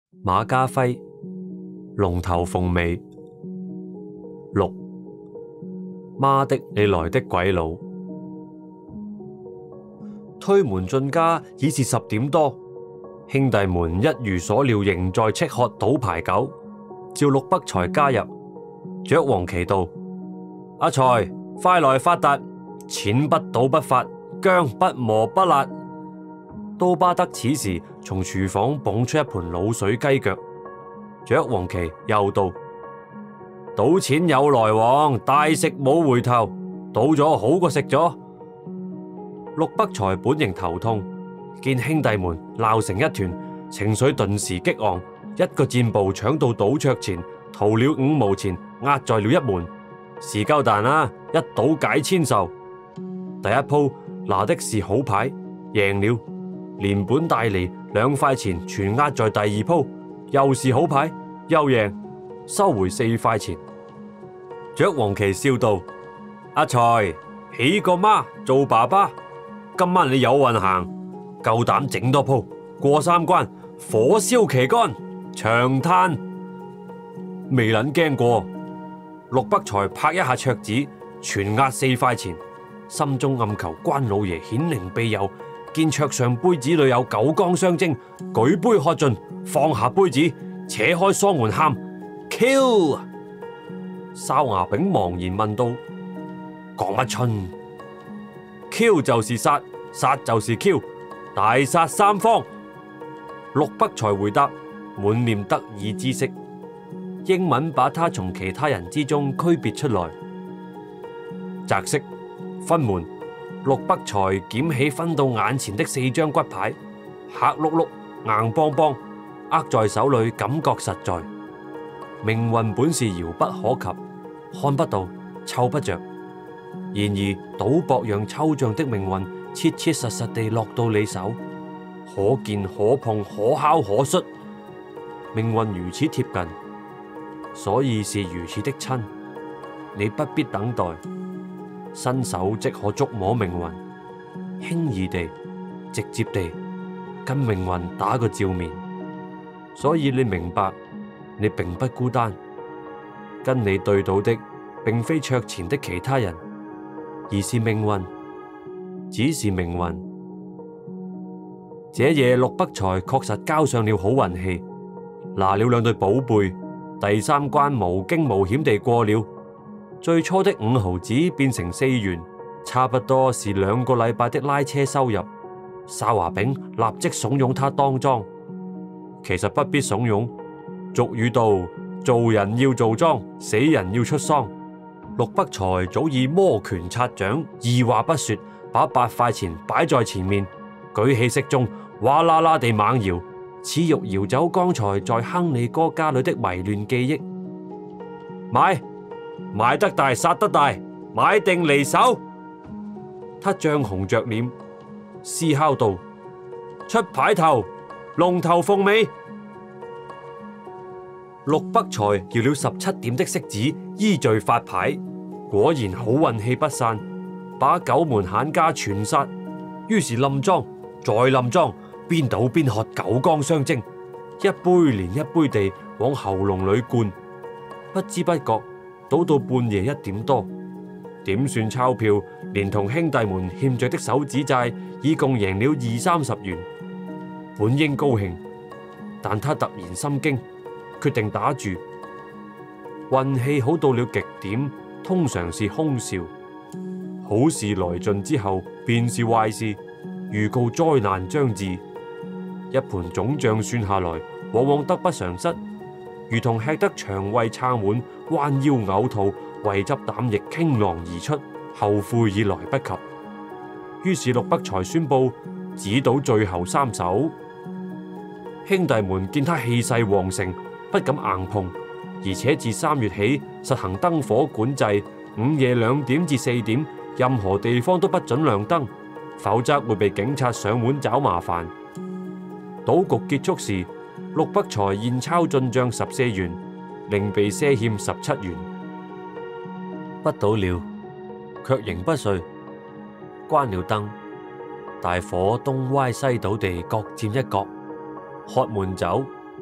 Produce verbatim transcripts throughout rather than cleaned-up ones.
馬家輝、龍頭鳳尾。六，媽的你來的鬼佬！推門進家已是十點多，兄弟們一如所料，仍在戚喝賭牌九。召陸北才加入，雀王旗道：阿財，快來發達，錢不賭不發，薑不磨不辣。都巴德此時從廚房捧出一盤滷水雞腳，雀王旗又道：賭錢有來往，大食冇回頭，賭咗好過食咗。陸北才本仍頭痛，見兄弟們鬧成一團，情緒頓時激昂，一個箭步搶到賭桌前，掏了五毛錢，壓在了一門。是鳩蛋啊，一賭解千愁。第一鋪拿的是好牌，贏了。連本帶利兩塊錢全壓在第二鋪，又是好牌，又贏，收回四塊錢。雀王旗笑道：阿財，起個媽做爸爸，今晚你有運行，夠膽整多鋪，過三關，火燒旗杆，長嘆。未撚驚過。陸北才拍一下桌子，全壓四塊錢，心中暗求關老爺顯靈庇佑。見桌上杯子裏有九江雙蒸，舉杯喝盡，放下杯子，扯開嗓門喊 Q。哨牙炳茫然問道：講乜春 ？Q 就是殺，殺就是 Q， 大殺三方。陸北才回答，滿面得意之色。英文把他從其他人之中區別出來。擲色分門。陸北才撿起分到眼前的四張骨牌，黑碌碌、硬邦邦，握在手裏，感覺實在。命運本是遙不可及，看不到，湊不着。然而賭博讓抽象的命運切切實實地落到你手，可見可碰可敲可摔。命運如此貼近，所以是如此的親。你不必等待。伸手即可觸摸命運，輕易地、直接地跟命運打個照面。所以你明白，你並不孤單，跟你對賭的並非桌前的其他人，而是命運，只是命運。這夜陸北才確實交上了好運氣，拿了兩對寶貝，第三關無驚無險地過了。最初的五毫子變成四元，差不多是兩個禮拜的拉車收入。哨牙炳立即慫恿他當莊，其實不必慫恿。俗語道：做人要做莊，死人要出喪。陸北才早已摩拳擦掌，二話不說，把八塊錢擺在前面，舉起骰盅，嘩啦啦地猛搖，似欲搖走剛才在亨利哥家裏的迷亂記憶。買！買得大殺得大，買定離手。他漲紅着臉，嘶哮道：出牌頭，龍頭鳳尾。陸北才搖了十七點的骰子，依序發牌，果然好運氣不散，把九門閒家全殺。於是冧莊，再冧莊，邊賭邊喝九江雙蒸，一杯連一杯地往喉嚨裏灌，不知不覺。賭到半夜一點多，點算鈔票，連同兄弟們欠着的手指債，已共贏了二三十元。本應高興，但他突然心驚，決定打住。運氣好到了極點，通常是空兆。好事來盡之後，便是壞事，預告災難將至。一盤總賬算下來，往往得不償失。如同吃得腸胃撐滿，彎腰嘔吐，胃汁膽液傾囊而出，後悔已來不及。於是陸北才宣布只賭最後三手。兄弟們見他氣勢旺盛，不敢硬碰，而且自三月起實行燈火管制，午夜兩點至四點，任何地方都不准亮燈，否則會被警察上門找麻煩。賭局結束時，陸北才現鈔進賬十四元，另被賒欠十七元。不賭了，卻仍不睡。關了燈，大伙東歪西倒地各佔一角，喝悶酒，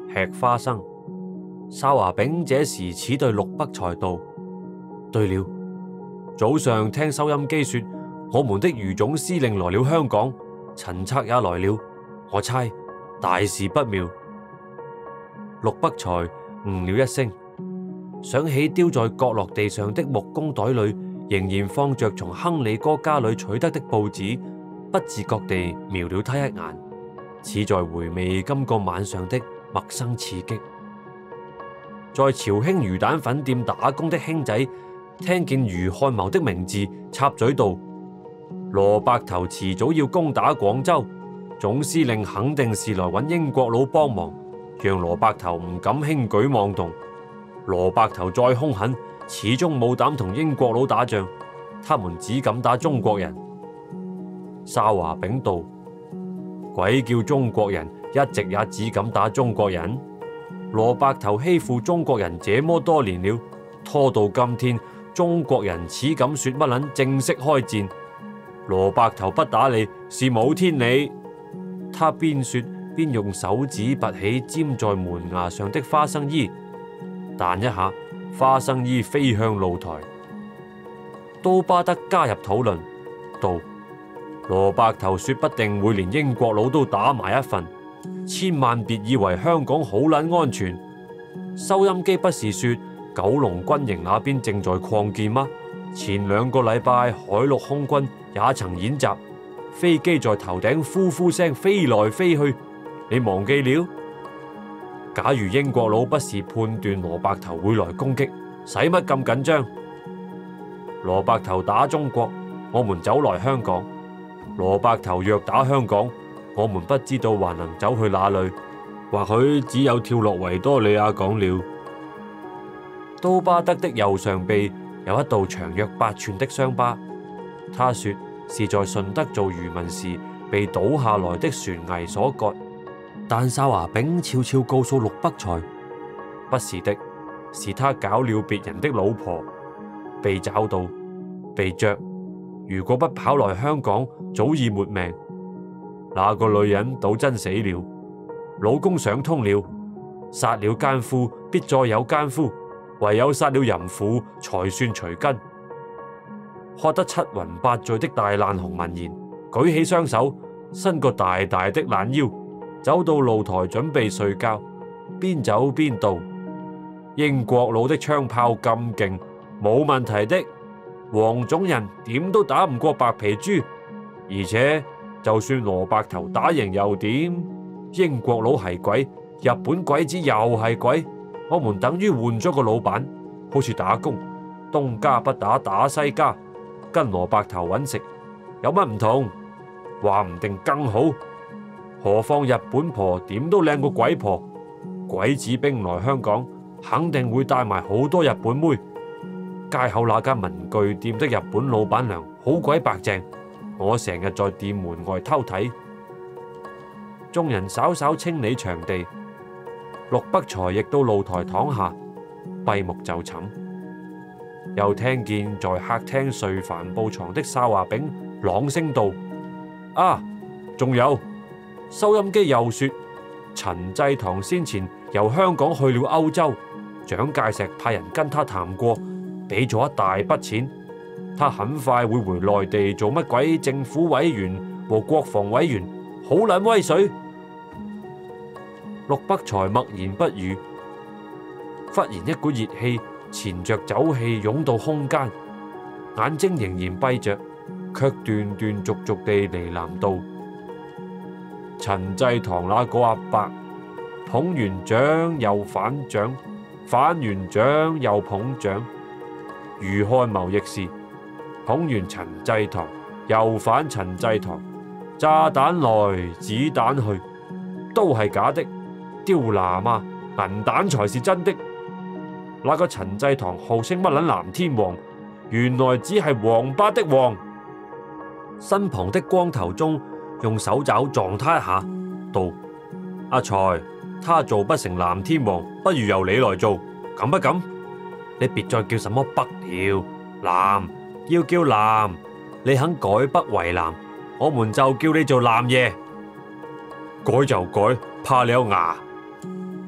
吃花生。哨牙炳這時此對陸北才道：對了，早上聽收音機說，我們的余總司令來了香港，陳策也來了，我猜大事不妙。陸北才嗯了一聲，想起丟在角落地上的木工袋裏仍然放着從亨利哥家裏取得的報紙，不自覺地瞄了他一眼，似在回味今個晚上的陌生刺激。在潮興魚蛋粉店打工的兄仔聽見余漢謀的名字，插嘴道：羅伯頭遲早要攻打廣州，總司令肯定是來揾英國佬幫忙，讓羅伯頭唔敢輕舉妄動。羅伯頭再兇狠，始終冇膽同英國佬打仗，他們只敢打中國人。哨牙炳道：鬼叫中國人一直也只敢打中國人。羅伯頭欺負中國人這麼多年了，拖到今天，中國人豈敢說乜撚正式開戰？羅伯頭不打你是冇天理。他邊說邊用手指拔起粘在門牙上的花生衣，彈一下，花生衣飛向露台。都巴德加入討論，道：羅伯頭說不定會連英國佬都打埋一份，千萬別以為香港好撚安全。收音機不是說九龍軍營那邊正在擴建嗎？前兩個禮拜海陸空軍也曾演習，飛機在頭頂呼呼聲飛來飛去，你忘記了？假如英國佬不是判斷羅伯頭會來攻擊，使乜咁緊張？羅伯頭打中國，我們走來香港；羅伯頭若打香港，我們不知道還能走去哪裏，或許只有跳落維多利亞港了。都巴德的右上臂有一道長約八寸的傷疤，他說是在順德做漁民時被倒下來的船桅所割。但哨牙炳悄悄告訴陸北才，不是的，是他搞了別人的老婆，被找到，被捉。如果不跑來香港，早已沒命。那個女人倒真死了，老公想通了，殺了奸夫，必再有奸夫，唯有殺了淫婦，才算除根。喝得七暈八醉的大難紅文言舉起雙手，伸個大大的懶腰，走到露台準備睡覺，邊走邊道：英國佬的槍炮咁勁，冇問題的。黃種人點都打唔過白皮豬，而且就算羅伯頭打贏又點？英國佬係鬼，日本鬼子又係鬼，我們等於換咗個老闆，好似打工，東家不打打西家，跟羅伯頭揾食有乜唔同？話唔定更好。何況日本婆點都靚過鬼婆，鬼子兵來香港肯定會帶埋好多日本妹。街口那間文具店的日本老闆娘好鬼白淨，我成日在店門外偷睇。眾人稍稍清理場地，陸北才亦到露台躺下，閉目就寢。又聽見在客廳睡帆布床的哨牙炳朗聲道：啊，仲有！收音機又說，陳濟棠先前由香港去了歐洲，蔣介石派人跟他談過，俾咗一大筆錢，他很快會回內地做乜鬼政府委員和國防委員，好撚威水。陸北才默然不語，忽然一股熱氣纏着酒氣湧到胸間，眼睛仍然閉着，卻斷斷續續地呢喃道：陳濟棠那個阿伯捧完獎又反獎，反完獎又捧獎。余漢謀亦是捧完陳濟棠又反陳濟棠，炸彈來子彈去，都係假的。刁難嘛，銀彈才是真的。那個陳濟棠號稱乜撚藍天王，原來只係王八的王。身旁的光頭中用手爪撞他一下，道：阿財，他做不成藍天王，不如由你來做，敢不敢？你別再叫什麼北了，南要叫南，你肯改北為南，我們就叫你做南爺。改就改，怕你有牙。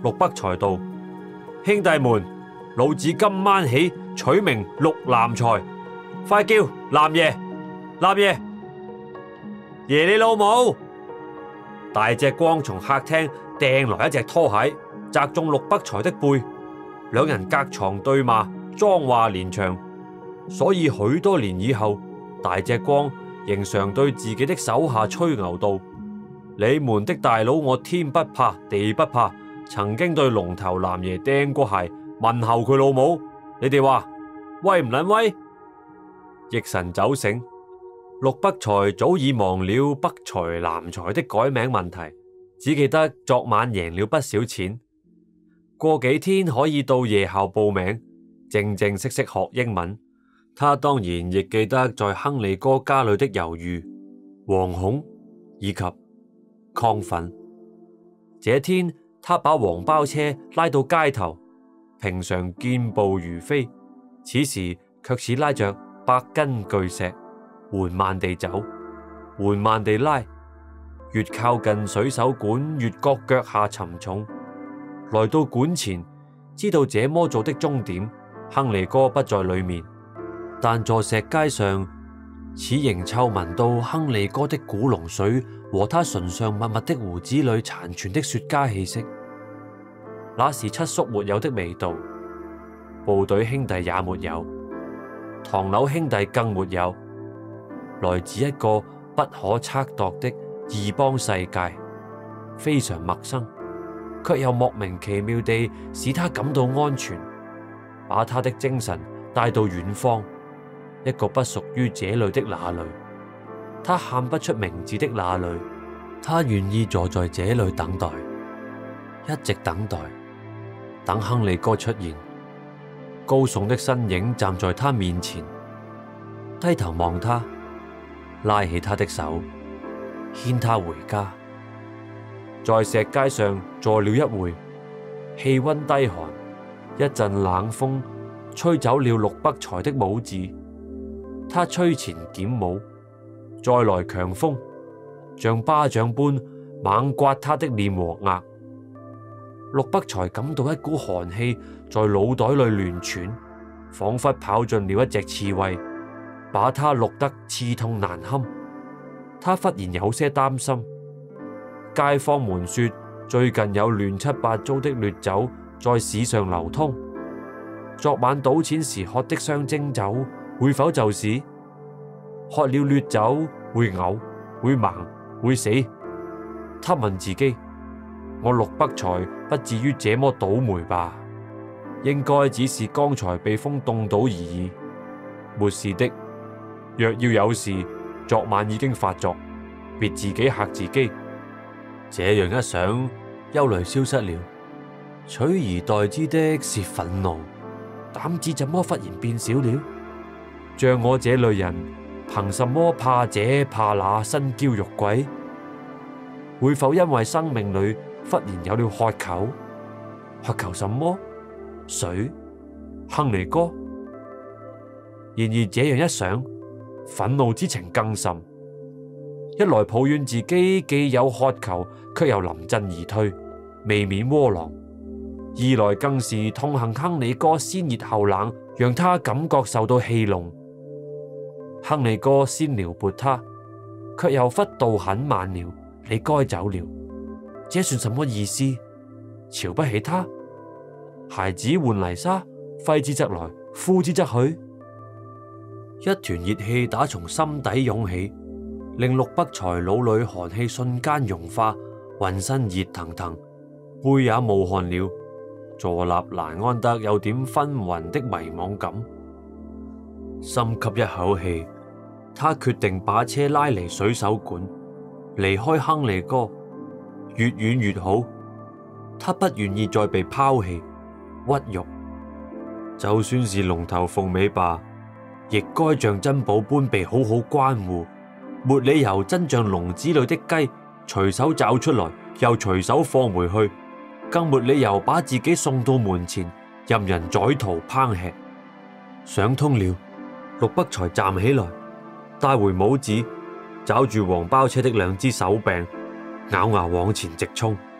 陸北才道：兄弟們，老子今晚起取名陸南才，快叫南爺！南爺！爺你老母！大隻光從客廳掟來一隻拖鞋，砸中陸北才的背，兩人隔床對罵，髒話連場。所以許多年以後，大隻光仍常對自己的手下吹牛道：你們的大佬我天不怕地不怕，曾經對龍頭南爺掟過鞋，問候佢老母。你哋話威唔撚威？奕晨酒醒，陸北才早已忘了北才南才的改名問題，只記得昨晚贏了不少錢，過幾天可以到夜校報名，正正式式學英文。他當然亦記得在亨利哥家裏的猶豫、惶恐以及亢奮。這天，他把黃包車拉到街頭，平常健步如飛，此時卻似拉着百斤巨石，緩慢地走，緩慢地拉，越靠近水手館越覺腳下沉重。來到館前，知道這麼做的終點，亨利哥不在裏面，但在石階上，似仍嗅聞到亨利哥的古龍水和他唇上密密的鬍子裏殘存的雪茄氣息，那是七叔沒有的味道，部隊兄弟也沒有，唐樓兄弟更沒有，來自一個不可測度的異邦世界，非常陌生，卻又莫名其妙地使他感到安全，把他的精神帶到遠方，一個不屬於這裏的那裏，他喊不出名字的那裏，他願意坐在這裏等待，一直等待，等亨利哥出現。高聳的身影站在他面前，低頭望他，拉起他的手，牽他回家。在石階上坐了一會，氣溫低寒，一陣冷風吹走了陸北才的帽子。他吹前檢帽，再來強風，像巴掌般猛刮他的臉和額。陸北才感到一股寒氣在腦袋裏亂竄，仿佛跑進了一隻刺蝟，把他淥得刺痛難堪。他忽然有些擔心，街坊們說最近有亂七八糟的劣酒在市上流通，昨晚賭錢時喝的雙蒸酒會否就是喝了劣酒會嘔、會盲、會死？他問自己：我陸北才不至於這麼倒霉吧？應該只是剛才被風凍倒而已。沒事的，若要有事，昨晚已經發作，別自己嚇自己。這樣一想，憂慮消失了，取而代之的是憤怒。膽子怎麼忽然變小了？像我這類人，憑什麼怕這怕那身嬌肉貴？會否因為生命裏忽然有了渴求？渴求什麼？水？亨利哥？然而這樣一想，憤怒之情更甚。一來抱怨自己既有渴求，卻又臨陣而退，未免窩囊；二來更是痛恨亨利哥先熱後冷，讓他感覺受到戲弄。亨利哥先撩撥他，卻又忽道很晚了，你該走了，這算什麼意思？瞧不起他？孩子換泥沙，揮之則來，呼之則去。一團熱氣打從心底湧起，令陸北才腦裏寒氣瞬間融化，渾身熱騰騰，背也冒汗了，坐立難安得有點昏暈的迷惘感。深吸一口氣，他決定把車拉離水手館，離開亨利哥，越遠越好。他不願意再被拋棄屈辱，就算是龍頭鳳尾吧，亦該像珍寶般被好好關護，沒理由真像籠子裏的雞，隨手找出來又隨手放回去，更沒理由把自己送到門前，任人宰屠烹吃。想通了，陸北才站起來，帶回帽子，抓住黃包車的兩隻手柄，咬牙往前直衝。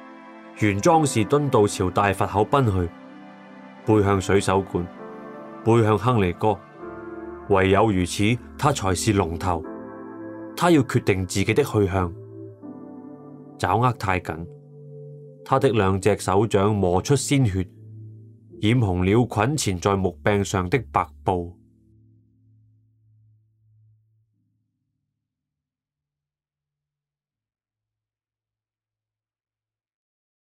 原莊士敦道朝大佛口奔去，背向水手館，背向亨利哥。唯有如此，他才是龍頭。他要決定自己的去向。爪握太緊，他的兩隻手掌磨出鮮血，染紅了捆纏在木柄上的白布。